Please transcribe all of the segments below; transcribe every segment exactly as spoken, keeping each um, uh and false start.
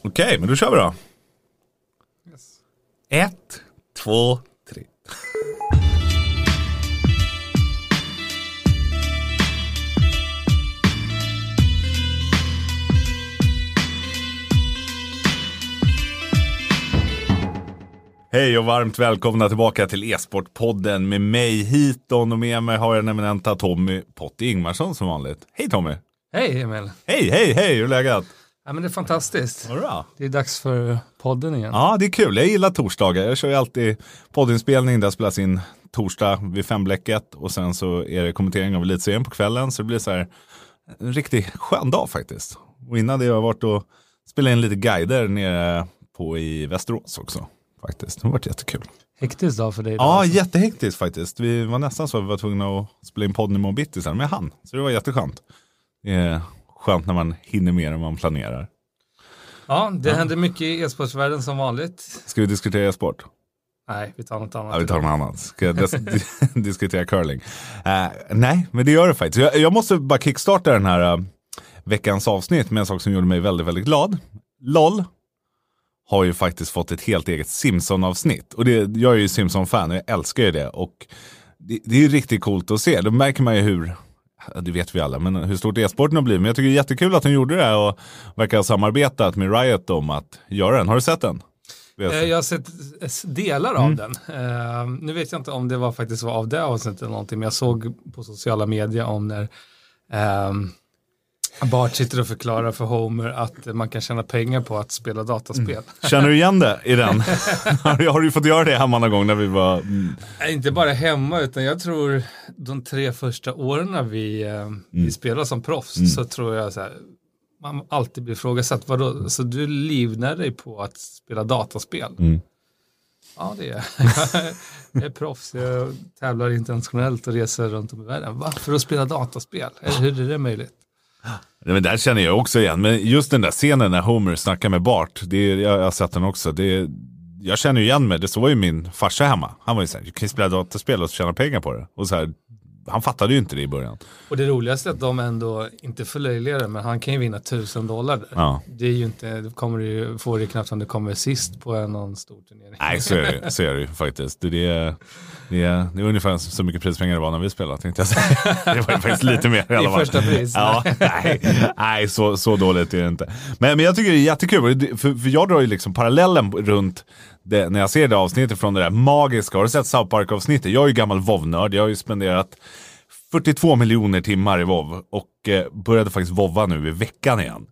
Okej, okay, men då kör vi då. Yes. Ett, två, tre. Hej och varmt välkomna tillbaka till e-sportpodden med mig Hiton, och med mig har jag den eminenta Tommy Potti Ingmarsson som vanligt. Hej Tommy! Hej Emil! Hej, hej, hej! Hur är läget? Ja, men det är fantastiskt. Bra. Det är dags för podden igen. Ja, det är kul. Jag gillar torsdagar. Jag kör ju alltid poddinspelning där spelas in torsdag vid fembläcket och sen så är det kommentering av elitserien på kvällen, så det blir så här en riktigt skön dag faktiskt. Och innan det har jag varit och spelat in lite guider nere på i Västerås också. Faktiskt. Det har varit jättekul. Hektisk dag för dig? Ja, alltså. Jättehektiskt faktiskt. Vi var nästan så att vi var tvungna att spela in podden i morgon bitti sen med han. Så det var jätteskönt. Det är skönt när man hinner mer än man planerar. Ja, det ja. händer mycket i e-sportsvärlden som vanligt. Ska vi diskutera e-sport? Nej, vi tar något annat. Ja, vi tar något annat. Ska jag dis- diskutera curling? Uh, nej, men det gör det faktiskt. Jag, jag måste bara kickstarta den här uh, veckans avsnitt med en sak som gjorde mig väldigt, väldigt glad. LOL har ju faktiskt fått ett helt eget Simpson-avsnitt. Och det, jag är ju Simpson-fan och jag älskar ju det. Och det, det är ju riktigt coolt att se. Då märker man ju hur, det vet vi alla, men hur stort e-sporten har blivit. Men jag tycker det är jättekul att de gjorde det och verkar ha samarbetat med Riot om att göra den. Har du sett den? Jag har sett delar av mm. den. Uh, nu vet jag inte om det var faktiskt var av det avsnittet eller någonting, men jag såg på sociala medier om när um, Bart sitter och förklarar för Homer att man kan tjäna pengar på att spela dataspel. Mm. Känner du igen det i den? Har du fått göra det hemma någon gång när vi var... Mm. Inte bara hemma, utan jag tror de tre första åren när vi, eh, mm. vi spelar som proffs mm. så tror jag så här, man alltid blir frågasatt. Vadå? Så du livnär dig på att spela dataspel? Mm. Ja, det är jag är proffs. Jag tävlar internationellt och reser runt om i världen. Varför att spela dataspel? Hur är det möjligt? Men där känner jag också igen. Men just den där scenen när Homer snackar med Bart, det är, jag, jag har sett den också. Det är, jag känner ju igen mig. Det så var ju min farsa hemma. Han var ju så här, du kan spela dataspel och tjäna pengar på det. Och så här, han fattade ju inte det i början. Och det roligaste är att de ändå inte förlöjligar det, men han kan ju vinna tusen dollar där. Ja. Det är ju inte, det kommer du ju få det knappt om det kommer sist på en någon stor turnering. Nej, så är det, så är det ju faktiskt. Det är, det, är, det är ungefär så mycket prispengar det var när vi spelade, tänkte jag säga. Det var ju faktiskt lite mer i alla fall. I första pris. Ja, nej, nej så, så dåligt är det inte. Men, men jag tycker det är jättekul, för, för jag drar ju liksom parallellen runt det, när jag ser det avsnittet från det där magiska. Har du sett South Park-avsnittet? Jag är ju gammal WoW-nörd. Jag har ju spenderat fyrtiotvå miljoner timmar i WoW och eh, började faktiskt WoWa nu i veckan igen.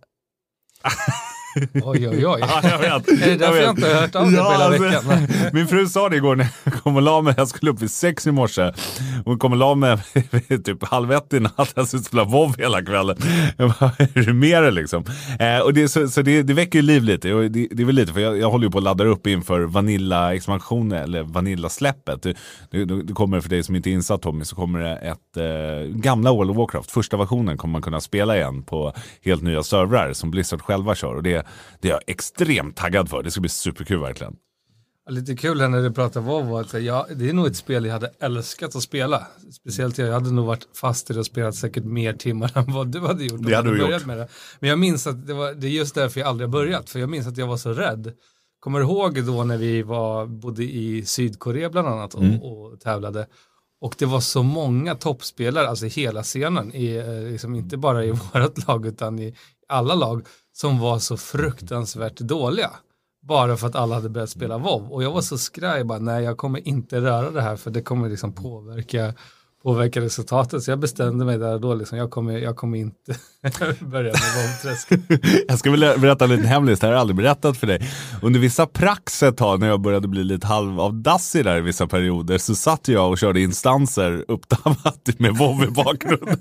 Oj, oj, oj. Ja, jag vet. Är det därför jag, jag inte har hört av det ja, på hela veckan? Alltså, min fru sa det igår när jag kom och la mig. Jag skulle upp vid sex i morse. Hon kom och la mig typ halv ett i natt. Jag skulle spela WoW hela kvällen. Jag bara, är det mer liksom? Eh, och det, så så det, det väcker ju liv lite. Och det, det är väl lite, för jag, jag håller ju på att ladda upp inför Vanilla-expansionen eller Vanilla-släppet. Det, det, det kommer, för dig som inte är insatt, Tommy, så kommer det ett eh, gamla World of Warcraft. Första versionen kommer man kunna spela igen på helt nya servrar som Blizzard själva kör. Och det Det är jag extremt taggad för. Det ska bli superkul verkligen. Lite kul här när du pratar WoW. Att jag, det är nog ett spel jag hade älskat att spela. Speciellt jag hade nog varit fast i det och spelat säkert mer timmar än vad du hade gjort. Det hade du gjort. Med det. Men jag minns att det, var, det är just därför jag aldrig har börjat. För jag minns att jag var så rädd. Kommer du ihåg då när vi var, bodde i Sydkorea bland annat och, mm. och tävlade. Och det var så många toppspelare, alltså hela scenen. I, liksom inte bara i vårt lag utan i alla lag. Som var så fruktansvärt dåliga. Bara för att alla hade börjat spela WoW. Och jag var så skraj bara, nej jag kommer inte röra det här. För det kommer liksom påverka, påverka resultatet. Så jag bestämde mig där och då liksom, jag kommer, jag kommer inte börja med WoW-träsk. Jag ska väl berätta en liten hemlis, det här har jag aldrig berättat för dig. Under vissa prax ett tag när jag började bli lite halv av dassig där i vissa perioder. Så satt jag och körde instanser uppdammat med WoW i bakgrunden.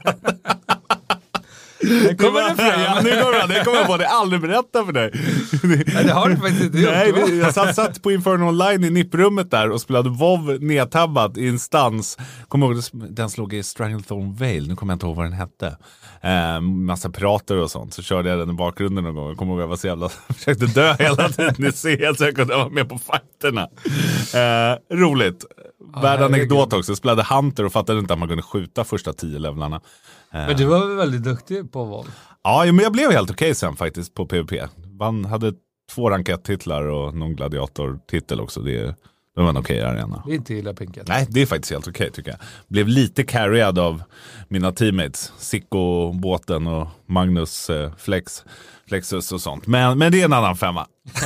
Det kommer det fram. Ja, nu kommer det. Det kommer jag på. Det är aldrig berättat för dig. Nej, det har du faktiskt inte gjort. Nej, vi, jag satt, satt på Inferno Online i nipprummet där och spelade WoW nedtabbat i instans. Kommer ihåg, den slog i Stranglethorn Vale. Nu kommer jag inte ihåg vad den hette. Eh, massa prater och sånt. Så körde jag den i bakgrunden någon gång. Jag kommer ihåg att jag var så jävla... Jag försökte dö hela tiden i C så jag kunde vara med på fighterna. Eh, roligt. Värd anekdot också. Jag spelade Hunter och fattade inte att man kunde skjuta första tio levlarna. Men du var väl väldigt duktig på WoW? Ja, men jag blev helt okej sen faktiskt på PvP. Man hade två rankett-titlar och någon gladiator-titel också. Det är, det var en okej arena. Det är inte illa pinkat. Nej, det är faktiskt helt okej tycker jag. Blev lite carried av mina teammates. Sicko, Båten och Magnus eh, Flex, Flexus och sånt. Men, men det är en annan femma.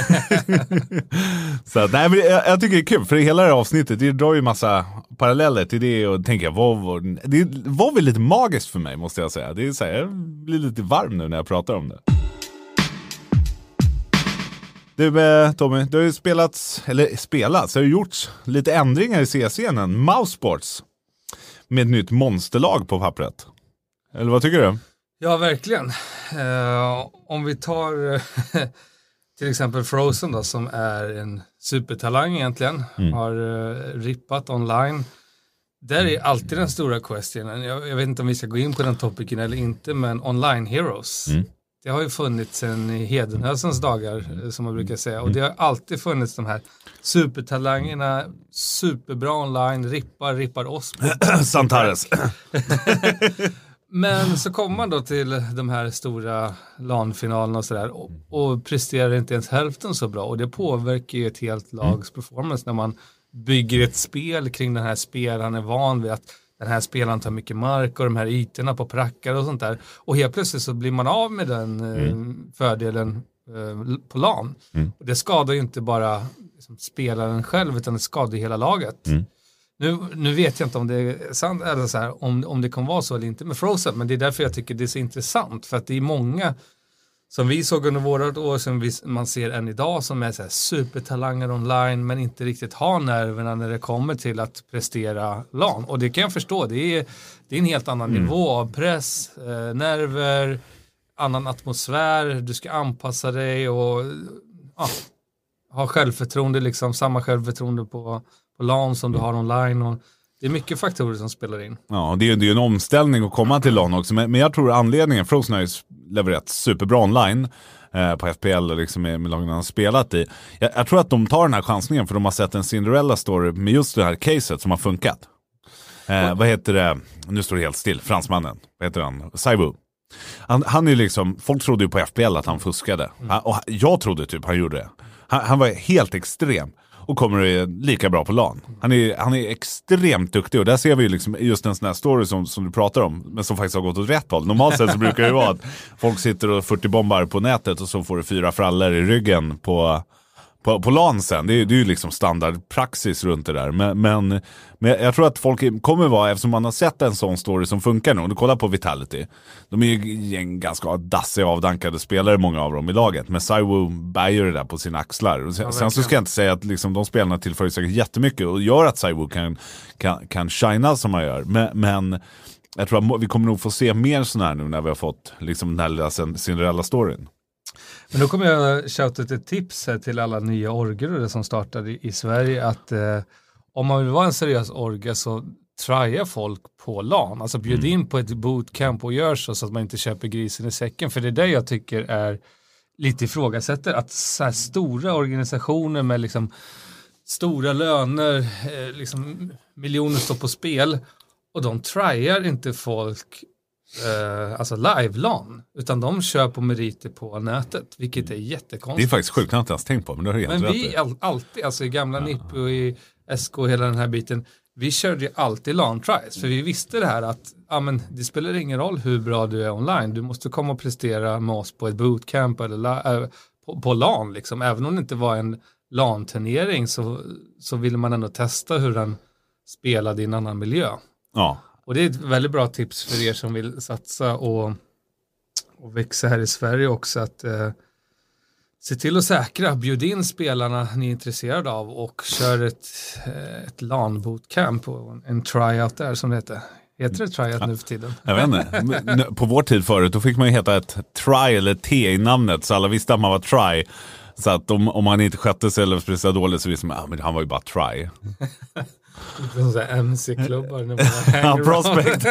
Så nej, men jag, jag tycker det är kul. För hela det här avsnittet, det drar ju massa paralleller till det. Och tänker jag, vad var, det var väl lite magiskt för mig måste jag säga. Det är så här, jag blir lite varm nu när jag pratar om det. Du eh, Tommy, det har ju spelats, eller spelats, det har ju gjorts lite ändringar i C-scenen. Mousesports med ett nytt monsterlag på pappret. Eller vad tycker du? Ja, verkligen. Eh, om vi tar eh, till exempel Frozen då, som är en supertalang egentligen. Mm. Har eh, rippat online. Där är alltid den stora questionen. Jag, jag vet inte om vi ska gå in på den topicen eller inte, men online heroes. Mm. Det har ju funnits sedan i Hedenhösens dagar, som man brukar säga. Och det har alltid funnits de här supertalangerna, superbra online, rippar, rippar oss. Santares. Men så kommer man då till de här stora LAN-finalerna och sådär och, och presterar inte ens hälften så bra. Och det påverkar ju ett helt lags performance när man bygger ett spel kring den här spelaren, är van vid att den här spelaren tar mycket mark och de här ytorna på prackar och sånt där. Och helt plötsligt så blir man av med den mm. eh, fördelen eh, på LAN. Mm. Och det skadar ju inte bara liksom, spelaren själv, utan det skadar hela laget. Mm. Nu, nu vet jag inte om det är sant eller så här, om, om det kan vara så eller inte med Frozen, men det är därför jag tycker det är så intressant. För att det är många som vi såg under våra år, som vi, man ser än idag, som är så här supertalanger online men inte riktigt har nerverna när det kommer till att prestera LAN. Och det kan jag förstå, det är, det är en helt annan mm. nivå av press, eh, nerver, annan atmosfär, du ska anpassa dig och ja, ha självförtroende, liksom samma självförtroende på, på LAN som du har online. Och det är mycket faktorer som spelar in. Ja, det är ju en omställning att komma till LAN också. Men, men jag tror anledningen, Frozen har ju levererat superbra online eh, på F P L liksom med, med lagen han har spelat i. Jag, jag tror att de tar den här chansningen för de har sett en Cinderella-story med just det här caset som har funkat. Eh, mm. Vad heter det? Nu står det helt still. Fransmannen. Vad heter han? Saibu. Han, han är ju liksom, folk trodde ju på F P L att han fuskade. Mm. Han, och jag trodde typ han gjorde det. Han, han var helt extrem. Och kommer lika bra på LAN. Han är, han är extremt duktig. Och där ser vi ju liksom just en sån här story som, som du pratar om. Men som faktiskt har gått åt rätt håll. Normalt sett så brukar det ju vara att folk sitter och fyrtio-bombar på nätet. Och så får du fyra frallor i ryggen på, på, på LAN sen. Det är, det är ju liksom standardpraxis runt det där. Men, men, men jag tror att folk kommer vara, eftersom man har sett en sån story som funkar nu. Om du kollar på Vitality. De är ju en ganska dassiga avdankade spelare, många av dem i laget. Men Saiwu bär ju det där på sina axlar. Och sen, ja, sen så ska jag inte säga att liksom de spelarna tillför säkert jättemycket. Och gör att Saiwu kan, kan, kan shina som man gör. Men, men jag tror att vi kommer nog få se mer sån här nu när vi har fått liksom den här lilla Cinderella-storyn. Men då kommer jag shouta ett tips här till alla nya orger som startade i, i Sverige att eh, om man vill vara en seriös orge så trya folk på LAN. Alltså bjud mm. in på ett bootcamp och gör så, så att man inte köper grisen i säcken. För det är det jag tycker är lite ifrågasätter. Att så här stora organisationer med liksom stora löner, eh, liksom miljoner står på spel och de tryar inte folk Uh, alltså live-LAN, utan de kör på meriter på nätet, vilket är jättekonstigt. Det är faktiskt sjukt, jag har inte ens tänkt på, men det har Men vi all, alltid, alltså i gamla ja. N I P och i S K och hela den här biten, vi körde ju alltid LAN-tries, för vi visste det här att ja, men det spelar ingen roll hur bra du är online, du måste komma och prestera med oss på ett bootcamp eller äh, på, på LAN liksom. Även om det inte var en LAN-turnering så, så ville man ändå testa hur den spelade i en annan miljö. Ja. Och det är ett väldigt bra tips för er som vill satsa och, och växa här i Sverige också. Att eh, se till att säkra, bjud in spelarna ni är intresserade av och kör ett, ett LAN-bootcamp och en, en tryout där som det heter. Heter det tryout ja. Nu för tiden? Jag vet inte. På vår tid förut då fick man ju heta ett try eller T i namnet så alla visste att man var try. Så att om, om man inte skötte sig eller presterade dåligt så visste man att ah, han var ju bara try. Sådana M C-klubbar när man ja, prospect.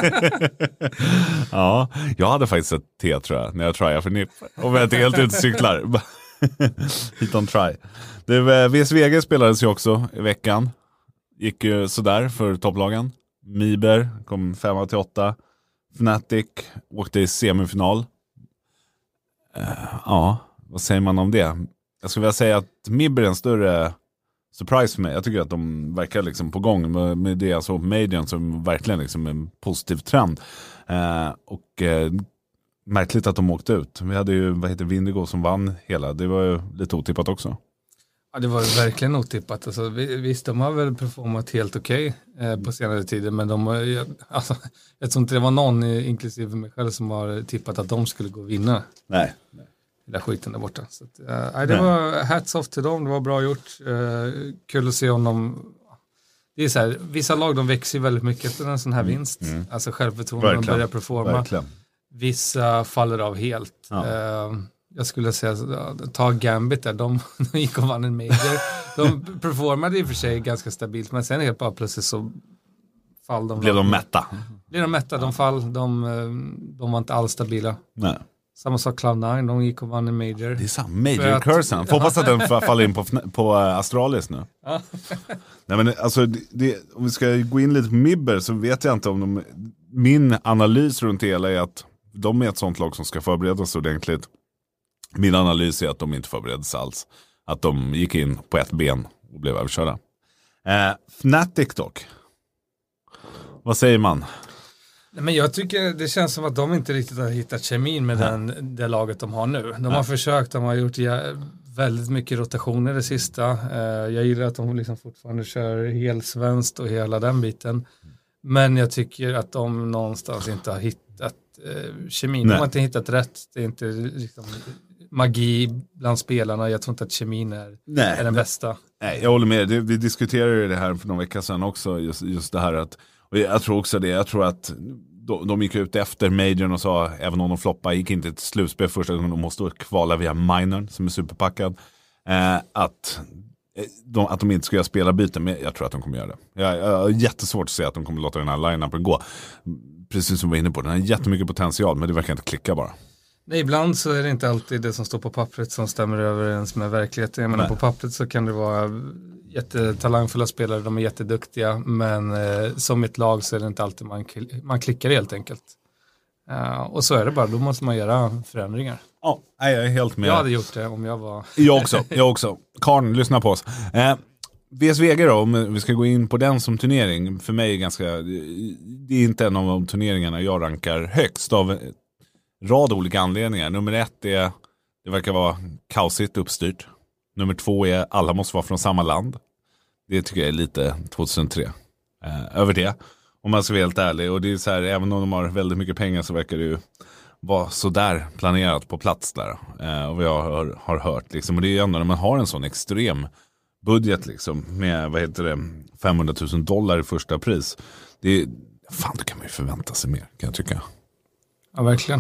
Ja, jag hade faktiskt ett T tror jag när jag tryade för N I P. Och vi är helt ute cyklar. Hit on try. Det, V S V G spelades ju också i veckan. Gick ju sådär för topplagen. Miber kom fem till åtta. Fnatic åkte i semifinal. Uh, ja, vad säger man om det? jag skulle vilja säga att Mibber är en större surprise för mig. Jag tycker att de verkar liksom på gång med, med det alltså Median som verkligen liksom en positiv trend. Eh, och eh, märkligt att de åkte ut. Vi hade ju, vad heter Vindigo som vann hela. Det var ju lite otippat också. Ja, det var verkligen otippat. Alltså, visst, de har väl performat helt okej okay, eh, på senare tider, men de har, alltså, jag tror inte det var någon, inklusive mig själv, som har tippat att de skulle gå och vinna. Nej. Nej. Hela skiten där borta. Så att, eh, det var hats off till dem, det var bra gjort. Eh, kul att se om de... Det är så här, vissa lag de växer väldigt mycket efter en sån här mm. vinst. Mm. Alltså självförtroende, de börjar performa. Verkligen. Vissa faller av helt. Ja. Eh, jag skulle säga, ta Gambit där, de, de gick och vann en major. De performade i och för sig ganska stabilt, men sen helt bara plötsligt så fall de... Blev de mätta? Blev de mätta, de fall, de, de var inte alls stabila. Nej. Samma sak Cloud nine, de gick och vann en major. Det är samma major cursen. Får hoppas att den faller in på, på Astralis nu. Ja. Nej, men alltså, det, det, om vi ska gå in lite på Mibber så vet jag inte om de... Min analys runt hela är att de är ett sånt lag som ska förberedas ordentligt. Min analys är att de inte förbereddes alls. Att de gick in på ett ben och blev överkörda. Eh, Fnatic dock. Vad säger man? Men jag tycker det känns som att de inte riktigt har hittat kemin med den, det laget de har nu. De har försökt, de har gjort väldigt mycket rotationer det sista. Eh, jag gillar att de liksom fortfarande kör helsvenskt och hela den biten. Men jag tycker att de någonstans inte har hittat eh, kemin. Nej. De har inte hittat rätt. Det är inte liksom magi bland spelarna. Jag tror inte att kemin är, Nej, är den bästa. Nej, jag håller med. Det, vi diskuterade det här för några veckor sedan också. Just, just det här att, och jag tror också det. Jag tror att de, de gick ut efter majorn och sa, även om de floppade, gick inte till slutspel första gången. De måste kvala via minorn som är superpackad. Eh, att, de, att de inte ska göra spelarbyten. Men jag tror att de kommer göra det. Jag, jag har jättesvårt att se att de kommer låta den här line-upen gå. Precis som vi var inne på. Den har jättemycket potential, men det verkar inte klicka bara. Nej, ibland så är det inte alltid det som står på pappret som stämmer överens med verkligheten. Jag menar, på pappret så kan det vara jättetalangfulla spelare, de är jätteduktiga, men eh, som ett lag så är det inte alltid man, man klickar helt enkelt. Uh, och så är det bara, då måste man göra förändringar. Ja, jag är helt med. Jag hade gjort det om jag var... jag också, jag också. Karn, lyssna på oss. Eh, V S V G då, om vi ska gå in på den som turnering, för mig är ganska, det är inte en av de turneringarna jag rankar högst av en rad olika anledningar. Nummer ett är, det verkar vara kaosigt uppstyrt. Nummer två är, alla måste vara från samma land. Det tycker jag är lite tjugohundratre. Eh, över det, om man ska vara helt ärlig. Och det är så här, även om de har väldigt mycket pengar så verkar det ju vara så där planerat på plats där. Eh, och vad jag har, har hört liksom. Och det är ju ändå när man har en sån extrem budget liksom, med, vad heter det, femhundratusen dollar i första pris. Det är, fan, då kan man ju förvänta sig mer, kan jag tycka. Ja, verkligen.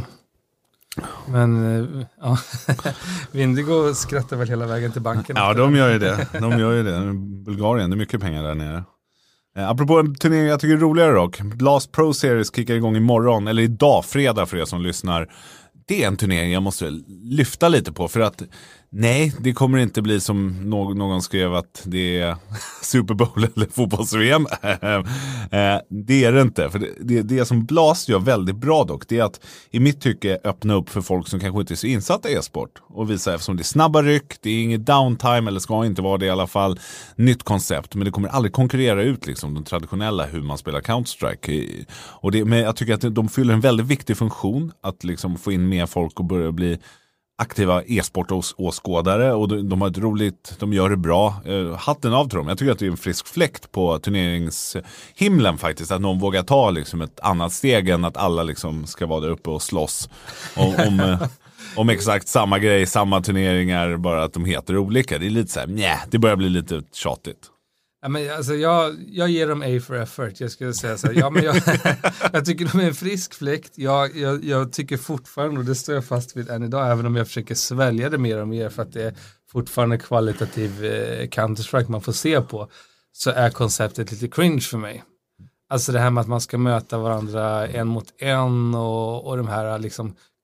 Men ja, Vindigo skrattar väl hela vägen till banken. Ja, de gör ju det. De gör ju det. Bulgarien, det är mycket pengar där nere. Eh, apropå en turnering jag tycker är roligare dock. Blast Pro Series kickar igång imorgon, eller idag, fredag för er som lyssnar. Det är en turnering jag måste lyfta lite på, för att nej, det kommer inte bli som någon, någon skrev att det är Super Bowl eller fotbolls-V M. Det är det inte. För det, det, det som Blast gör väldigt bra dock, det är att i mitt tycke öppna upp för folk som kanske inte är så insatta i e-sport och visa, eftersom det är snabba ryck, det är inget downtime, eller ska inte vara det i alla fall, nytt koncept, men det kommer aldrig konkurrera ut liksom de traditionella hur man spelar Counter-Strike. Och det, men jag tycker att de fyller en väldigt viktig funktion att liksom få in mer folk och börja bli aktiva e-sportåskådare, och de, de har ett roligt, de gör det bra. Uh, hatten av till dem. Jag tycker att det är en frisk fläkt på turneringshimlen faktiskt, att någon vågar ta liksom ett annat steg än att alla liksom ska vara där uppe och slåss om, om, uh, om exakt samma grej, samma turneringar, bara att de heter olika. Det är lite så här, nej, det börjar bli lite tjatigt. Ja, men alltså jag, jag ger dem A for effort. Jag skulle säga så här, ja, men jag, jag tycker de är en frisk fläkt. Jag, jag, jag tycker fortfarande, och det står jag fast vid än idag, även om jag försöker svälja det mer och mer för att det är fortfarande kvalitativ eh, Counter-Strike man får se på, så är konceptet lite cringe för mig. Alltså det här med att man ska möta varandra en mot en och, och de här liksom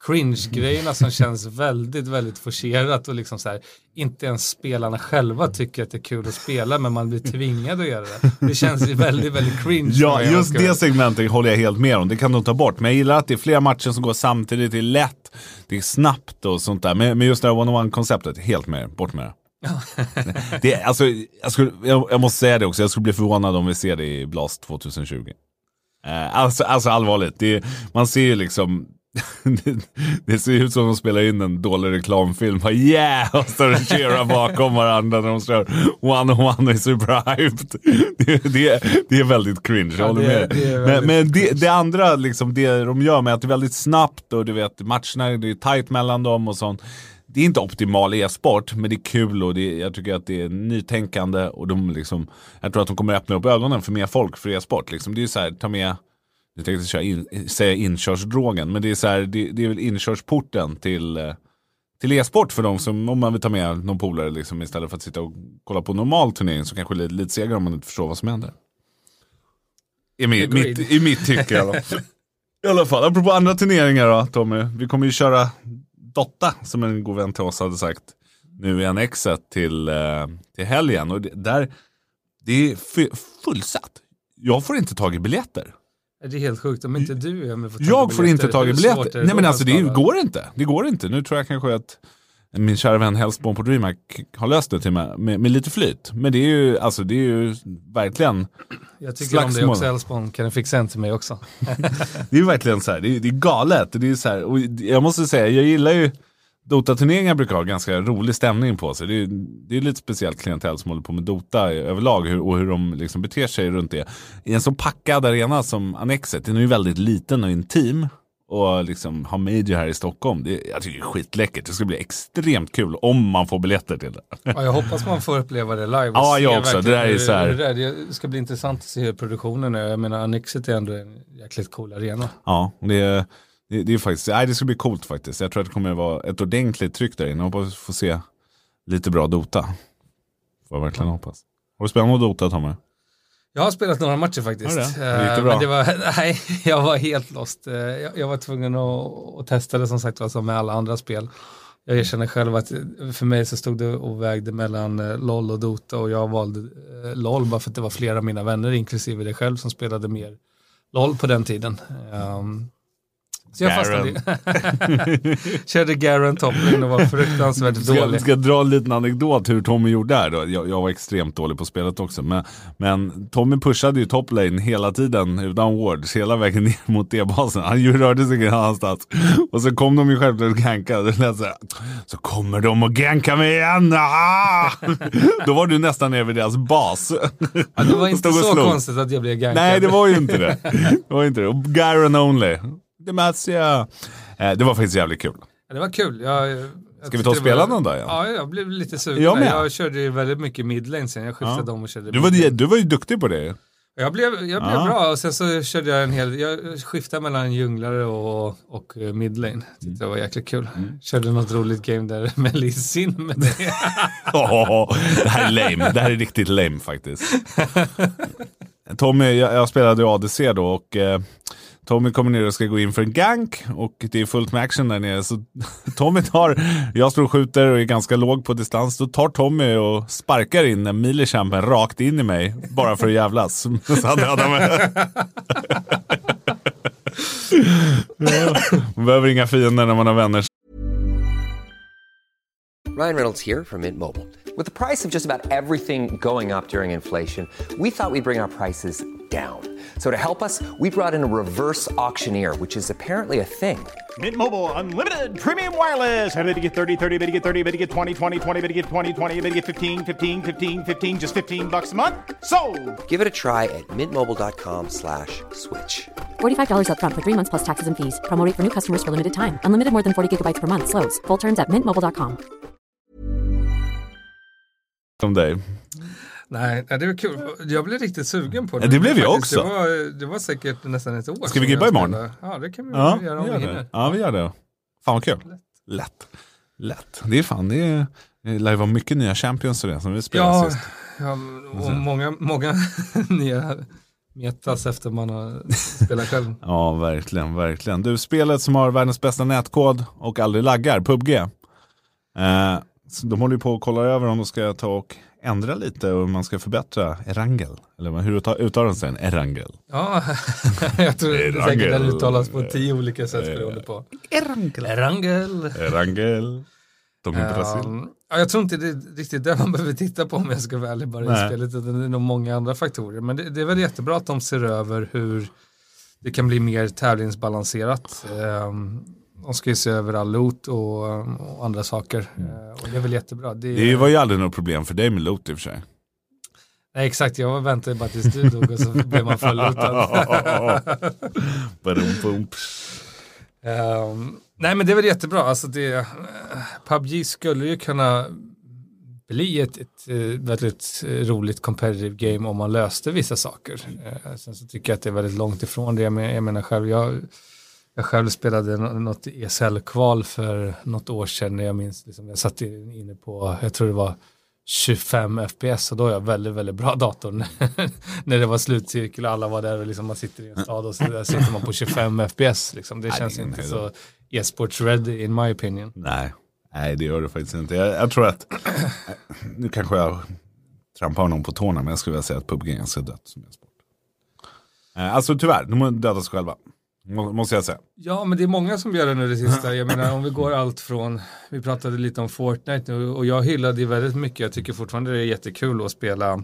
cringe-grejerna som känns väldigt, väldigt forcerat och liksom så här, inte ens spelarna själva tycker att det är kul att spela, men man blir tvingad att göra det. Det känns väldigt, väldigt cringe. Ja, just det segmentet håller jag helt med om. Det kan de ta bort. Men jag gillar att det är flera matcher som går samtidigt. Det är lätt, det är snabbt och sånt där. Men just det här one-on-one-konceptet, helt med, bort med det. det är, alltså, jag, skulle, jag, jag måste säga det också, jag skulle bli förvånad om vi ser det i Blast tjugo-tjugo. Eh, alltså, alltså allvarligt, det, man ser ju liksom det, det ser ut som att de spelar in en dålig reklamfilm. Bara, yeah! Och står och cheerar bakom varandra när de kör one-on-one är superhyped. Det, det, det är väldigt cringe, jag håller med. Ja, men men det, det andra, liksom, det de gör med att det är väldigt snabbt och du vet, matcherna, det är tight mellan dem och sånt. Det är inte optimal e-sport, men det är kul och det, jag tycker att det är nytänkande och de liksom, jag tror att de kommer öppna upp ögonen för mer folk för e-sport. Liksom. Det är så här, ta med, jag tänkte säga, in, säga inkörsdrogen, men det är så här, det, det är väl inkörsporten till, till e-sport för dem som, om man vill ta med någon polare liksom, istället för att sitta och kolla på normal turnering så kanske lite, lite segrar om man inte förstår vad som händer. I mitt, mitt, i mitt tycke i alla fall. I alla fall, apropå andra turneringar då, Tommy, vi kommer ju köra Dotta, som en god vän till oss hade sagt, nu är en exet till, eh, till helgen. Och det, där, det är fullsatt. Jag får inte tag i biljetter. Det är helt sjukt, om inte du är med får Jag får inte tag i biljetter. Nej men alltså det går inte. Det går inte. Nu tror jag kanske att min kära vän Hellspawn på DreamHack har löst det till mig med, med lite flyt. Men det är ju, alltså det är ju verkligen jag tycker slagsmål. Om det också, Hellspawn, kan du fixa en till mig också? Det är ju verkligen så här, det är, det är galet. Det är så här, och jag måste säga, jag gillar ju Dota-turneringar brukar ha ganska rolig stämning på sig. Det är, det är lite speciellt klientell som håller på med Dota överlag hur, och hur de liksom beter sig runt det. I en så packad arena som Annexet, den är ju väldigt liten och intim. Och liksom ha major här i Stockholm, det, jag tycker det är skitläckert. Det ska bli extremt kul om man får biljetter till det. Ja, jag hoppas man får uppleva det live. Ja, jag också. Det där är så här. Det, där, det ska bli intressant att se hur produktionen är. Jag menar, Annexet är ändå en jäkligt cool arena. Ja, det är, det, det är faktiskt, nej, det ska bli coolt faktiskt. Jag tror att det kommer att vara ett ordentligt tryck där inne. Jag hoppas få se lite bra Dota. Får jag verkligen hoppas. Har du spelat någon Dota, Tommy? Jag har spelat några matcher faktiskt. Det? Det gick det bra? Men det var, nej, jag var helt lost. Jag, jag var tvungen att, att testa det som sagt var som med alla andra spel. Jag erkänner själv att för mig så stod det och vägde mellan LOL och Dota och jag valde LOL bara för att det var flera av mina vänner inklusive det själv som spelade mer LOL på den tiden. Um, Så jag fastnade. Körde Garen toppling och var fruktansvärt ska, dålig. Ska dra en liten anekdot hur Tommy gjorde där då. Jag, jag var extremt dålig på spelet också. Men, men Tommy pushade ju toplane hela tiden utan wards. Hela vägen ner mot D-basen. Han ju rörde sig ingen annanstans. Och så kom de ju självklart ganka. Så, så kommer de och ganka mig igen. Ah! Då var du nästan över deras bas. Ja, det var inte så konstigt att jag blev gankad. Nej, det var ju inte det. Det var inte det. Och Garen only. Det mätsiga. Eh, det var faktiskt jävligt kul. Ja, det var kul. Jag, jag Ska vi ta och spela var, någon dag igen? Ja, jag blev lite sugen. Jag, jag körde ju väldigt mycket midlane sen. Jag skiftade ja. om och körde du var, du var ju duktig på det. Jag blev, jag blev ja. bra och sen så körde jag en hel... Jag skiftade mellan junglare och, och midlane. Tyckte det var jäkligt kul. Mm. Körde något roligt game där med Lee Sin med det. oh, det här är lame. Det här är riktigt lame faktiskt. Tommy, jag, jag spelade A D C då och... Eh, Tommy kommer ner och ska gå in för en gank och det är fullt med action där nere. Så Tommy tar, jag står och skjuter och är ganska låg på distans. Då tar Tommy och sparkar in en melee-champion rakt in i mig. Bara för att jävlas. Så han dödar mig. Man behöver inga fiender när man har vänner. Ryan Reynolds here from Mint Mobile. With the price of just about everything going up during inflation, we thought we'd bring our prices down. So to help us, we brought in a reverse auctioneer, which is apparently a thing. Mint Mobile Unlimited Premium Wireless. How to get thirty, thirty, how to get thirty, how to get twenty, twenty, twenty, how to get twenty, twenty, how to get fifteen, fifteen, fifteen, fifteen, just fifteen bucks a month? Sold! Give it a try at mintmobile.com slash switch. forty-five dollars up front for three months plus taxes and fees. Promo rate for new customers for limited time. Unlimited more than forty gigabytes per month. Slows full terms at mint mobile dot com. Som dig. Nej, det var kul. Jag blev riktigt sugen på det. Ja, det blev jag också. Det var, det var säkert nästan ett år. Ska vi gibba imorgon? Ja, det kan vi ja, göra om vi hinner. Ja, vi gör det. Fan vad kul. Lätt. Lätt. Lätt. Det är fan, det är... Det lär vara mycket nya champions och det som vi spelade ja, sist. Ja, och många, många nya metas efter man har spelat själv. Ja, verkligen, verkligen. Du, spelet som har världens bästa nätkod och aldrig laggar, P U B G. Eh, de håller ju på att kolla över om de ska ta och ändra lite och man ska förbättra Erangel. Eller hur uttalar den sig? Erangel. Ja, jag tror det Erangel. säkert den uttalas på tio olika sätt beroende på. Erangel. Erangel. Erangel. De är Brasil. Um, ja, jag tror inte det är riktigt det man behöver titta på om jag ska välja bara i spelet. Det är nog många andra faktorer. Men det, det är väl jättebra att de ser över hur det kan bli mer tävlingsbalanserat. Um, de ska ju se över all loot och, och andra saker. Mm. Uh, och det är väl jättebra. Det, det var ju aldrig något problem för dig med loot i och för sig. Nej, exakt. Jag väntade bara tills du dog och så blev man fullutad. um, nej, men det är väl jättebra. Alltså det, uh, P U B G skulle ju kunna bli ett, ett, ett väldigt roligt competitive game om man löste vissa saker. Uh, sen så tycker jag att det är väldigt långt ifrån det. Men jag menar själv, jag, jag själv spelade något E S L-kval för något år sedan. Jag minns, liksom, jag satt inne på, jag tror det var tjugofem F P S och då är jag väldigt, väldigt bra dator när det var slutcirkel och alla var där och liksom man sitter i en stad och så där sitter man på tjugofem F P S liksom. Det nej, känns det inte så e-sports ready in my opinion. Nej, nej det gör det faktiskt inte. Jag, jag tror att nu kanske jag trampar någon på tårna men jag skulle vilja säga att P U B G är ganska dött som e-sport. Alltså tyvärr, de har dödat sig själva. Måste jag säga. Ja, men det är många som gör det nu det sista. Jag menar, om vi går allt från, vi pratade lite om Fortnite nu och jag hyllade det väldigt mycket. Jag tycker fortfarande det är jättekul att spela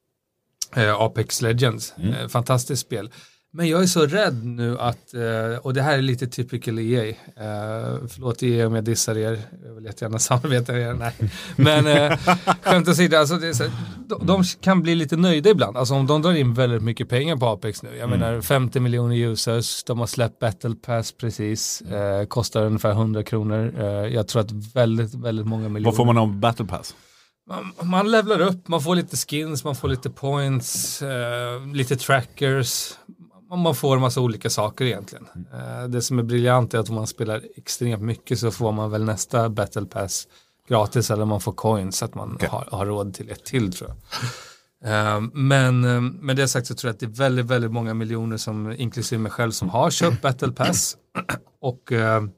eh, Apex Legends. Mm. Eh, fantastiskt spel. Men jag är så rädd nu att, eh, och det här är lite typical E A. Eh, förlåt E A om jag dissar er. Jag vill jättegärna samarbeta med er. Nej. Men eh, skämt åsido, alltså det är så, de, de kan bli lite nöjda ibland. Alltså om de drar in väldigt mycket pengar på Apex nu. Jag mm. menar femtio miljoner users. De har släppt Battle Pass precis. Eh, kostar ungefär hundra kronor. Eh, jag tror att väldigt, väldigt många miljoner. Vad får man om Battle Pass? Man, man levlar upp. Man får lite skins. Man får lite points. Eh, lite trackers. Man får en massa olika saker egentligen. Mm. Det som är briljant är att om man spelar extremt mycket så får man väl nästa Battle Pass gratis eller man får coins så att man okay. har, har råd till ett till tror jag. Men med det sagt så tror jag att det är väldigt, väldigt många miljoner som inklusive mig själv som har köpt Battle Pass och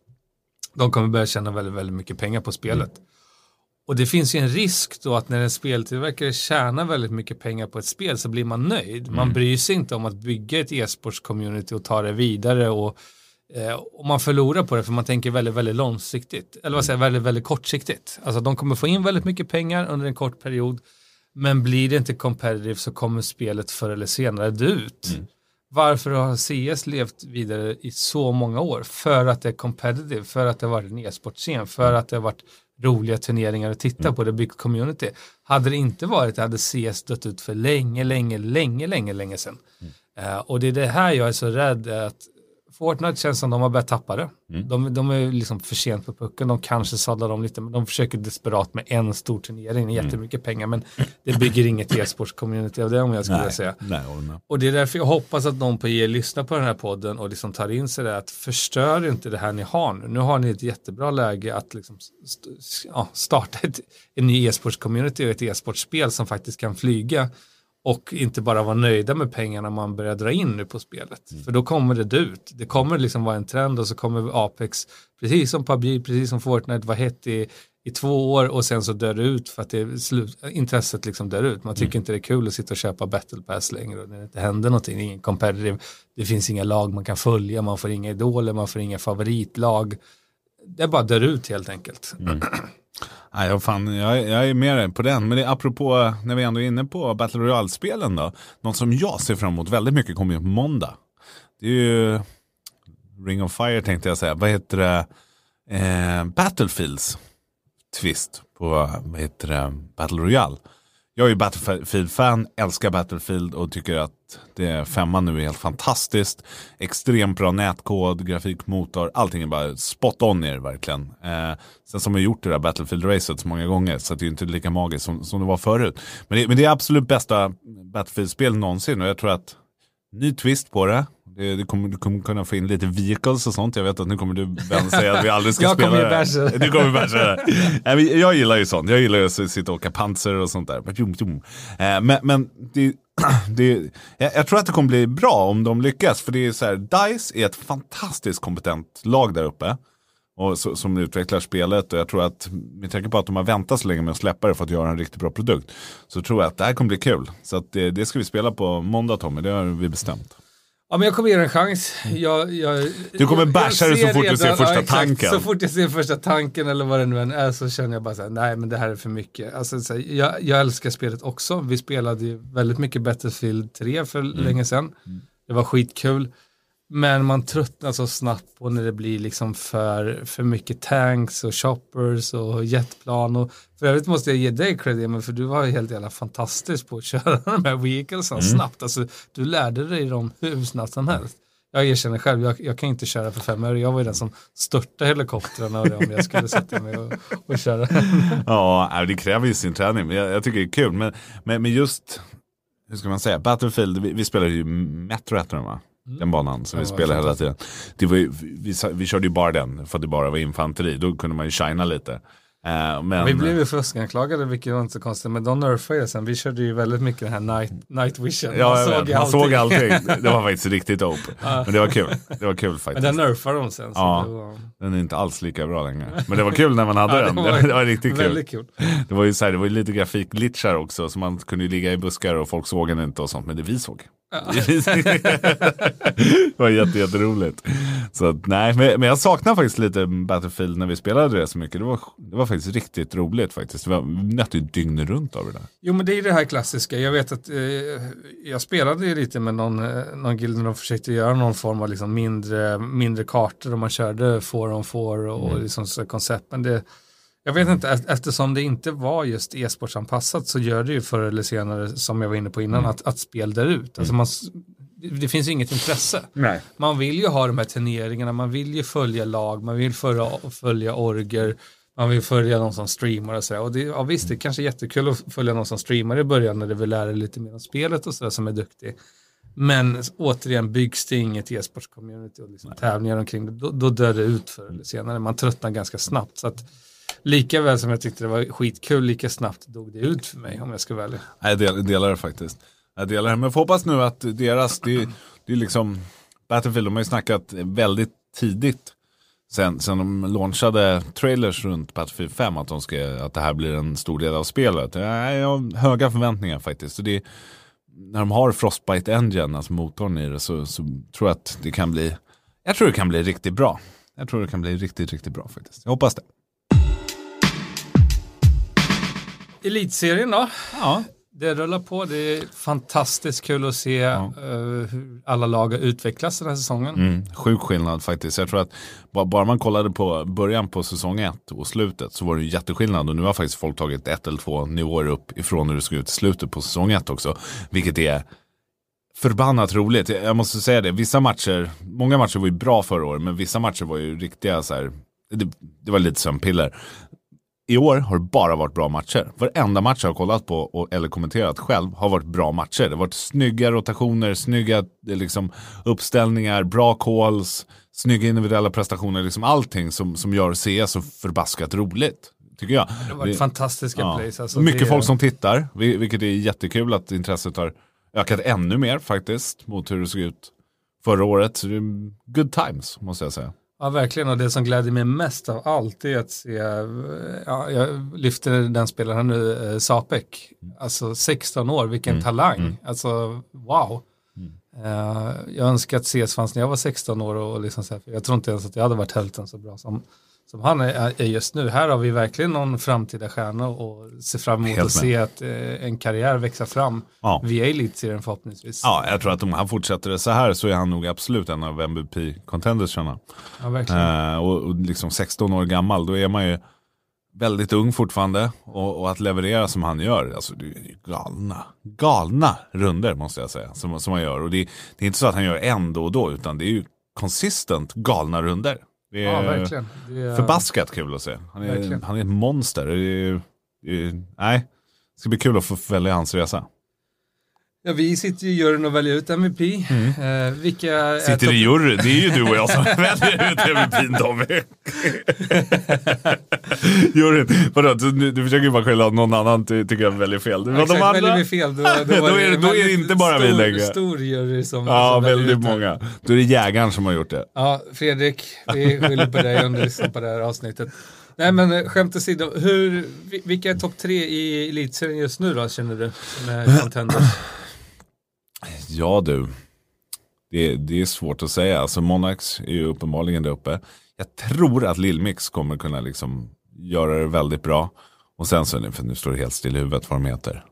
de kommer börja tjäna väldigt, väldigt mycket pengar på spelet. Mm. Och det finns ju en risk då att när en speltillverkare tjänar väldigt mycket pengar på ett spel så blir man nöjd. Man mm. bryr sig inte om att bygga ett e-sports-community och ta det vidare och, eh, och man förlorar på det för man tänker väldigt, väldigt långsiktigt. Eller vad säger jag, väldigt, väldigt kortsiktigt. Alltså de kommer få in väldigt mycket pengar under en kort period men blir det inte competitive så kommer spelet förr eller senare dö ut. Mm. Varför har C S levt vidare i så många år? För att det är competitive, för att det har varit en e-sportscen, för att det har varit roliga turneringar att titta mm. på, det byggt community. Hade det inte varit det hade C S dött ut för länge, länge, länge, länge, länge sedan. Mm. Uh, och det är det här jag är så rädd att Fortnite känns som de har börjat tappa det. Mm. De, de är liksom för sent på pucken. De kanske sadlar dem lite, men de försöker desperat med en stor turnering. Mm. Jättemycket pengar, men det bygger inget e-sports-community av det om jag skulle nej, säga. Nej, nej. Och det är därför jag hoppas att någon på er lyssnar på den här podden och liksom tar in sig det att förstör inte det här ni har nu. Nu har ni ett jättebra läge att liksom st- ja, starta ett, en ny e-sports-community och ett e-sportspel som faktiskt kan flyga. Och inte bara vara nöjda med pengarna man börjar dra in nu på spelet. Mm. För då kommer det ut. Det kommer liksom vara en trend och så kommer Apex, precis som P U B G, precis som Fortnite, var hett i, i två år och sen så dör det ut för att det slut, intresset liksom dör ut. Man tycker mm. inte det är kul att sitta och köpa Battle Pass längre och när det inte händer någonting. Det är ingen competitive, det finns inga lag man kan följa, man får inga idoler, man får inga favoritlag. Det bara dör ut helt enkelt. Mm. Nej, jag, fan, jag, jag är med på den. Men det är apropå, när vi ändå är inne på Battle Royale-spelen då. Något som jag ser fram emot väldigt mycket kommer ju på måndag. Det är ju Ring of Fire tänkte jag säga. Vad heter det? Eh, Battlefields twist på, vad heter det? Battle Royale. Jag är ju Battlefield-fan, älskar Battlefield och tycker att det femman nu är helt fantastiskt. Extremt bra nätkod, grafikmotor, allting är bara spot on er verkligen. Eh, sen som har gjort det där Battlefield-racet så många gånger så att det är inte lika magiskt som, som det var förut. Men det, men det är absolut bästa Battlefield-spel någonsin och jag tror att ny twist på det. Det, det kommer, du kommer kunna få in lite vehicles och sånt. Jag vet att nu kommer du Ben säga att vi aldrig ska jag spela kommer det. Du kommer bärsa det. Jag gillar ju sånt. Jag gillar ju att sitta och åka panser och sånt där. Men, men det, det, jag, jag tror att det kommer bli bra om de lyckas. För det är så här, DICE är ett fantastiskt kompetent lag där uppe. Och så, som utvecklar spelet. Och jag tror att, med tanke på att de har väntat så länge med att släppa det för att göra en riktigt bra produkt. Så tror jag att det här kommer bli kul. Så att det, det ska vi spela på måndag, Tommy. Det har vi bestämt. Ja, men jag kommer ge en chans. Jag, jag, du kommer basha det så fort redan, du ser första ja, exakt, tanken. Så fort jag ser första tanken eller vad det nu än är så känner jag bara så här, nej men det här är för mycket. Alltså, så här, jag, jag älskar spelet också. Vi spelade ju väldigt mycket Battlefield tre för mm. länge sedan. Mm. Det var skitkul. Men man tröttnar så snabbt på när det blir liksom för, för mycket tanks och choppers och jetplan. Och för övrigt måste jag ge dig credit, men för du var ju helt jävla fantastisk på att köra de här vehiclesen mm. snabbt. Alltså, du lärde dig dem hur snabbt som helst. Jag erkänner själv, jag, jag kan inte köra för fem öre. Jag var ju den som störtade helikoptrarna om jag skulle sätta mig och, och köra. Ja, det kräver ju sin träning. Men jag, jag tycker det är kul. Men, men, men just, hur ska man säga, Battlefield, vi, vi spelar ju Metro heter den va? Mm. Den banan som vi spelar hela tiden. Det var ju, vi, vi körde ju bara den för att det bara var infanteri. Då kunde man ju shina lite. Uh, men... Vi blev ju fuskanklagade, vilket var inte så konstigt. Men de nerfade sen. Vi körde ju väldigt mycket den här night, night vision. Ja, man, såg, man såg allting. Det var faktiskt riktigt open. Men det var kul. Det var kul faktiskt. Men den nerfade de sen. Så ja, det var... den är inte alls lika bra längre. Men det var kul när man hade ja, den. Det var, det var riktigt kul. kul. Det var ju så här, det var ju lite grafikglitchar också. Så man kunde ju ligga i buskar och folk såg den inte och sånt. Men det vi såg. Ja. Det var jätte, jätteroligt. Så att, nej, men, men jag saknar faktiskt lite Battlefield när vi spelade det så mycket. Det var, det var faktiskt riktigt roligt faktiskt. Det var nästan dygn runt av det där. Jo, men det är det här klassiska. Jag vet att eh, jag spelade ju lite med någon, någon guild när de försökte göra någon form av liksom mindre, mindre kartor och man körde four on four och mm. liksom så koncept. Men det, jag vet inte, eftersom det inte var just e-sportsanpassat så gör det ju förr eller senare, som jag var inne på innan, mm. att, att spel där ut. Alltså man, det finns ju inget intresse. Nej. Man vill ju ha de här turneringarna, man vill ju följa lag, man vill följa, följa orger, man vill följa någon som streamar och sådär. Och det, ja, visst, det är kanske jättekul att följa någon som streamar i början när det vill lära lite mer om spelet och sådär som är duktig. Men återigen, byggs det inget e-sportscommunity och liksom tävlingar omkring det, då, då dör det ut förr eller senare. Man tröttnar ganska snabbt, så att lika väl som jag tyckte det var skitkul, lika snabbt dog det ut för mig, om jag ska välja. Jag del, delar det faktiskt. Jag delar det, men jag får hoppas nu att deras, det, det är liksom, Battlefield, de har ju snackat väldigt tidigt sen, sen de launchade trailers runt Battlefield fem att, de ska, att det här blir en stor del av spelet. Jag har höga förväntningar faktiskt. Så det, när de har Frostbite Engine, alltså motorn i det, så, så tror jag att det kan bli, jag tror det kan bli riktigt bra. Jag tror det kan bli riktigt, riktigt bra faktiskt. Jag hoppas det. Elitserien då? Ja. Det rullar på. Det är fantastiskt kul att se ja. uh, hur alla lag har utvecklats den här säsongen. Mm, sjuk skillnad faktiskt. Jag tror att bara man kollade på början på säsong ett och slutet så var det ju jätteskillnad. Och nu har faktiskt folk tagit ett eller två nivåer upp ifrån när du ska ut i slutet på säsong ett också. Vilket är förbannat roligt. Jag måste säga det. Vissa matcher, många matcher var ju bra förra året, men vissa matcher var ju riktiga så här, det, det var lite sömnpiller. I år har det bara varit bra matcher. Varenda match jag har kollat på och, eller kommenterat själv har varit bra matcher. Det har varit snygga rotationer, snygga liksom, uppställningar, bra calls, snygga individuella prestationer. Liksom allting som, som gör C S så förbaskat roligt, tycker jag. Det har varit fantastiska ja. plays. Alltså mycket det... folk som tittar, vilket är jättekul att intresset har ökat ännu mer faktiskt mot hur det såg ut förra året. Så det är good times, måste jag säga. Ja, verkligen. Och det som gläder mig mest av allt är att se, ja, jag lyfter den spelaren nu, eh, Sapek. Alltså sexton år, vilken mm. talang. Mm. Alltså, wow. Mm. Uh, jag önskar att C S fanns när jag var sexton år och liksom så här, för jag tror inte ens att jag hade varit hälften så bra som, som han är, är just nu. Här har vi verkligen någon framtida stjärna och ser fram emot att se att eh, en karriär växa fram ja. via Elitserien förhoppningsvis. Ja, jag tror att om han fortsätter det så här så är han nog absolut en av M V P-contendersarna. Ja, verkligen. Uh, och, och liksom sexton år gammal, då är man ju väldigt ung fortfarande och, och att leverera som han gör, alltså det är galna, galna runder måste jag säga, som, som han gör. Och det, det är inte så att han gör en då och då, utan det är ju konsistent galna runder. Det är ja, verkligen. Det är förbaskat kul att se. Han är, han är ett monster. Det är, det är, nej, det ska bli kul att få följa hans resa. Ja, vi sitter i juryn och väljer ut M V P. Mm. Eh, vilka sitter top- i juryn? Det är ju du och jag som väljer ut M V P, Tommy. Juryn, vadå? Du, du försöker ju bara skälla någon annan ty- tycker jag väljer fel. Ja, exakt, de andra... väljer vi fel. Då, då, då, är, det, då är det inte bara stor, vi längre. Stor jury som... Ja, som väldigt många. Då är det jägaren som har gjort det. Ja, Fredrik, vi skyller på dig om du lyssnar på det här avsnittet. Nej, men skämt åsido, hur, vilka är topp tre i elitserien just nu då, känner du? Som är contender? Ja du, det, det är svårt att säga. Alltså Monarchs är ju uppenbarligen där uppe. Jag tror att Lillmix kommer kunna liksom göra det väldigt bra. Och sen så, för nu står det helt still i huvudet vad de heter.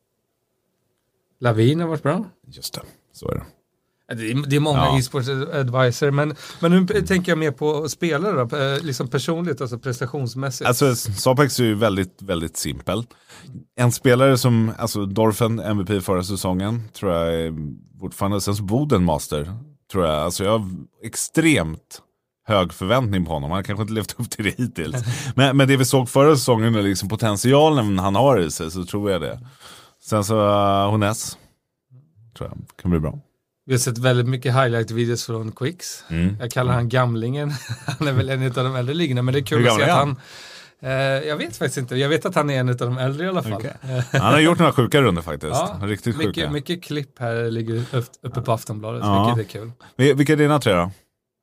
Lavin har varit bra. Just det, så är det. Det är, det är många ja. e-sports advisor, men, men nu tänker jag mer på spelare då, liksom personligt, alltså prestationsmässigt. Alltså Sapex är ju väldigt, väldigt simpel. En spelare som, alltså Dorfen, M V P förra säsongen, tror jag är fortfarande, sen så Bodenmaster, tror jag. Alltså jag har extremt hög förväntning på honom. Han har kanske inte levt upp till det hittills. men, men det vi såg förra säsongen är liksom potentialen han har i sig, så tror jag det. Sen så uh, Honess, tror jag, kan bli bra. Vi har sett väldigt mycket highlight-videos från Quicks. Mm. Jag kallar han gamlingen. Han är väl en av de äldre ligorna, men det är kul att se att han... Eh, jag vet faktiskt inte. Jag vet att han är en av de äldre i alla fall. Okay. Han har gjort några sjuka runder faktiskt. Ja, riktigt mycket, sjuka. Mycket klipp här ligger uppe på Aftonbladet, ja. Vilket är kul. Vilka är dina tre då?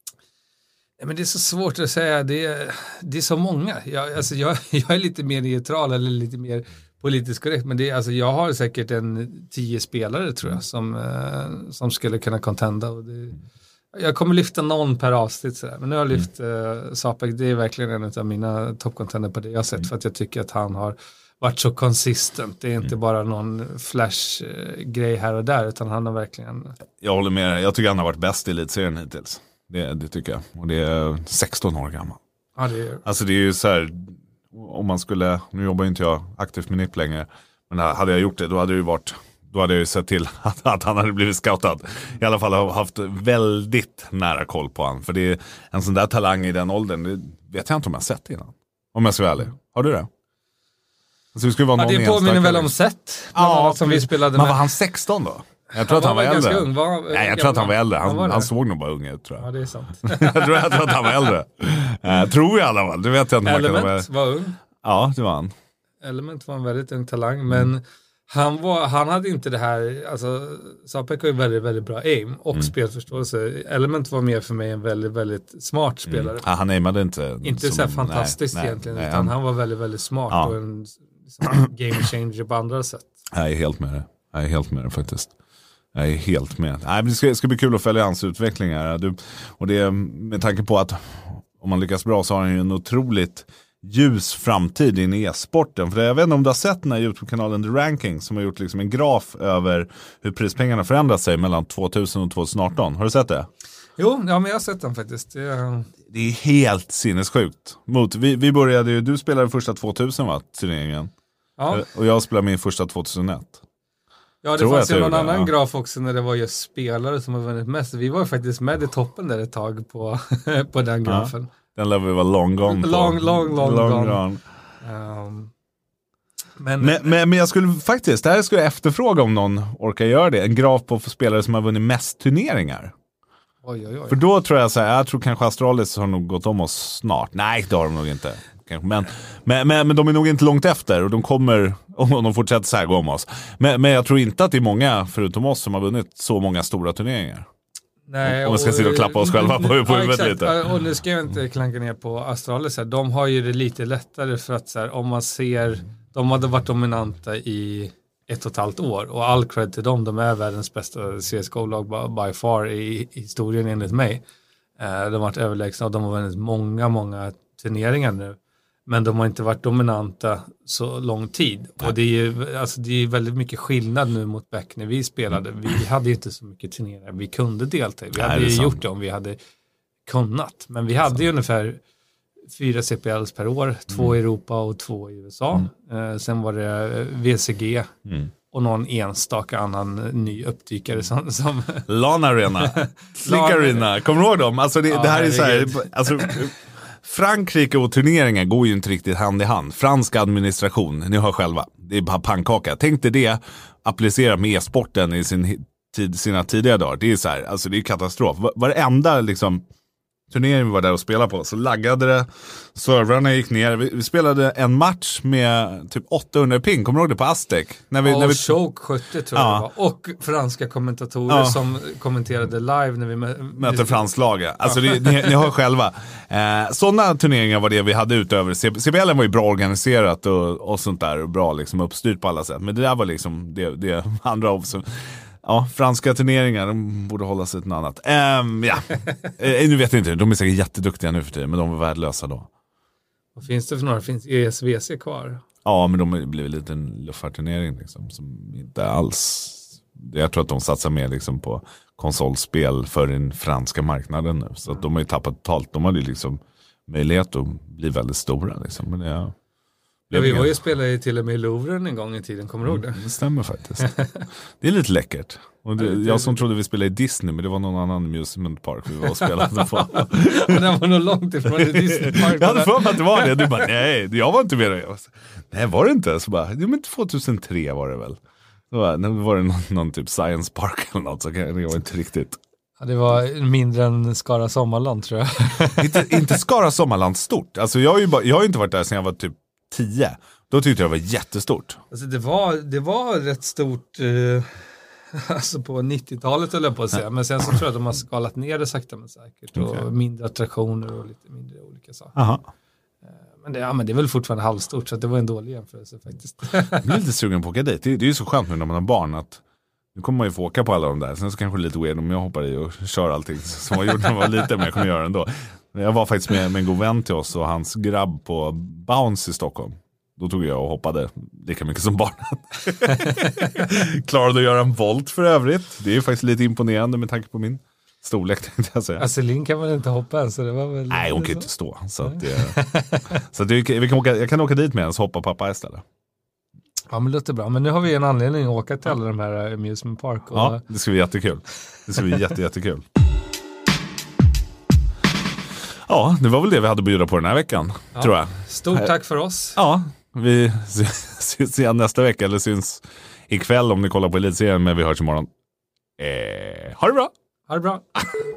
Ja, men det är så svårt att säga. Det är, det är så många. Jag, alltså jag, jag är lite mer neutral eller lite mer... politiskt korrekt, men det är, alltså, jag har säkert en tio spelare tror jag som, eh, som skulle kunna contenda. Och det, jag kommer lyfta någon per avsnitt sådär. Men nu har jag lyft eh, Sapek, det är verkligen en av mina toppcontender på det jag har sett, för att jag tycker att han har varit så konsistent. Det är inte mm. bara någon flash-grej här och där, utan han har verkligen... Jag håller med, jag tycker han har varit bäst i elitserien hittills. Det, det tycker jag. Och det är sexton år gammal. Ja, det är... Alltså det är ju så här... Om man skulle, nu jobbar inte jag aktivt med N I P längre, men hade jag gjort det, då hade det ju varit, då hade jag ju sett till att, att han hade blivit scoutad. I alla fall har haft väldigt nära koll på han, för det är en sån där talang i den åldern, det vet jag inte om jag sett innan. Om jag ska vara ärlig. Har du det? Alltså, det skulle vara någon ja, det påminner väl om sett. Ja, som vi spelade med. Men var han sexton då? Jag tror han att han var, var äldre. Ung, var, Nej, jag tror att han var äldre. Han, han, han såg nog bara ung ut, tror jag. Ja, det är sant. jag, tror, jag tror att han var äldre. Uh, tror jag i alla fall. Det vet jag inte. Element man kan vara... var ung. Ja, det var han. Element var en väldigt ung talang, men mm. han, var, han hade inte det här, alltså Sapek har ju väldigt, väldigt bra aim och mm. spelförståelse. Element var mer för mig en väldigt, väldigt smart spelare. Mm. Ja, han aimade inte. Inte som, så här fantastiskt nej, egentligen, nej, utan han, han var väldigt, väldigt smart ja. och en liksom, game changer på andra sätt. Jag är helt med det. Jag är helt med det faktiskt. Jag är helt med. Nej, det, ska, det ska bli kul att följa hans utveckling här. Du, och det med tanke på att om man lyckas bra så har han ju en otroligt ljus framtid in i e-sporten. För jag vet inte om du har sett den här YouTube-kanalen The Ranking som har gjort liksom en graf över hur prispengarna förändrat sig mellan tvåtusen och tjugoarton. Har du sett det? Jo, ja, men jag har sett den faktiskt. Det är, det är helt sinnessjukt. Mot, vi, vi började ju, du spelade första tvåtusen va, turneringen. Ja. Och jag spelade min första tvåtusenett. Ja, det Tror fanns ju någon annan ja. graf också när det var just spelare som har vunnit mest. Vi var faktiskt med i toppen där ett tag på, på den grafen. Ja. Den lär vi vara long gone på. Long, long, long, long gone. gone. Um, men, men, men, men jag skulle faktiskt, det här skulle jag efterfråga om någon orkar göra det. En graf på spelare som har vunnit mest turneringar. Oj, oj, oj. För då tror jag så här, jag tror kanske Astralis har nog gått om oss snart. Nej, det har de nog inte. Men, men, men, men de är nog inte långt efter och de kommer, om de fortsätter så här, gå om oss. Men, men jag tror inte att det är många, förutom oss, som har vunnit så många stora turneringar. Nej, om vi ska sitta och klappa oss själva på, på ja, huvudet lite. Och nu ska jag inte klanka ner på Astralis här. De har ju det lite lättare för att så här, om man ser, de hade varit dominanta i ett och ett halvt år och all cred till dem, de är världens bästa C S G O-lag by far i, i historien enligt mig. Eh, de har varit överlägsna och de har vunnit många, många turneringar nu. Men de har inte varit dominanta så lång tid. Nej. Och det är ju alltså det är väldigt mycket skillnad nu mot back när vi spelade. Mm. Vi hade ju inte så mycket turneringar vi kunde delta i. Vi Nej, hade ju gjort det om vi hade kunnat. Men vi hade ju ungefär fyra C P Ls per år. Två mm. i Europa och två i U S A. Mm. Eh, sen var det V C G. Mm. Och någon enstaka annan ny uppdykare som... som LAN Arena. Slick Arena. Kommer du ihåg dem? Alltså det, ja, det här är så här... Alltså, Frankrike och turneringar går ju inte riktigt hand i hand. Fransk administration, ni hör själva, det är bara pannkaka. Tänk dig det, applicera med e-sporten i sin tid, sina tidiga dagar. Det är så här, alltså det är katastrof. Varenda liksom turneringen vi var där och spelade på så laggade det, servrarna gick ner. Vi, vi spelade en match med typ åttahundra ping, kommer du ihåg det på Aztec? När vi, ja, när vi... Choke sjuttio tror ja. jag det var. Och franska kommentatorer ja. som kommenterade live när vi mä- möter franslaget. Alltså det, ni, ni hör själva. Eh, sådana turneringar var det vi hade utöver. C B L var ju bra organiserat och, och sånt där. Och bra liksom uppstyrt på alla sätt. Men det där var liksom det, det andra av som... Ja, franska turneringar, de borde hålla sig till något annat. Um, ja, nu vet jag inte, de är säkert jätteduktiga nu för tiden, men de var värdelösa då. Vad finns det för några? Finns E S V C kvar? Ja, men de har blivit lite en luftfarturnering liksom, som inte alls... Jag tror att de satsar mer liksom på konsolspel för den franska marknaden nu. Så att de har ju tappat totalt. De hade ju liksom möjlighet att bli väldigt stora liksom. Men ja... Ja, vi var ju spelare till och med i Louvren en gång i tiden, kommer du ihåg det? Det stämmer faktiskt. Det är lite läckert. Och det, jag som trodde vi spelade i Disney, men det var någon annan amusement park vi var och spelade på. Den var nog långt ifrån i Disney park. Jag hade för mig att det var det. Du bara, nej, jag var inte med. Jag bara, nej, var det inte? Så bara, ja, men tjugohundratre var det väl. Så bara, nej, var det någon, någon typ science park eller något, så det var inte riktigt. Ja, det var mindre än Skara Sommarland, tror jag. inte, inte Skara Sommarland stort. Alltså, jag har ju bara, jag har inte varit där sedan jag var typ tio. Då tyckte jag det var jättestort. Alltså det var, det var rätt stort eh, alltså på nittiotalet eller på att säga. Men sen så tror jag att de har skalat ner det sakta men säkert. Och okay. mindre attraktioner och lite mindre olika saker. Aha. Men det, ja, men det är väl fortfarande halvstort, så att det var en dålig jämförelse faktiskt. Jag blir lite sugen på att åka dit. Det, det är ju så skönt nu när man har barn att nu kommer man ju få åka på alla de där. Sen så kanske det är lite weird om jag hoppar i och kör allting som jag gjorde när jag var lite, men jag kommer göra det ändå. Jag var faktiskt med, med en god vän till oss och hans grabb på Bounce i Stockholm. Då tog jag och hoppade lika mycket som barnen. Klarade att göra en volt för övrigt. Det är ju faktiskt lite imponerande med tanke på min storlek, tänkte jag säga. Aselin kan väl inte hoppa än, så det var väl... Nej, hon kan inte stå. Så att det, så att det, vi kan åka, jag kan åka dit med henne och hoppa pappa istället. Ja, men det låter bra. Men nu har vi en anledning att åka till alla de här amusement park. Och... Ja, det ska bli jättekul. Det ska bli jätte, jättekul. Ja, det var väl det vi hade att bjuda på den här veckan, ja, tror jag. Stort tack för oss. Ja, vi syns igen nästa vecka, eller syns ikväll om ni kollar på Elitserien, men vi hörs imorgon. Eh, ha det bra! Ha det bra!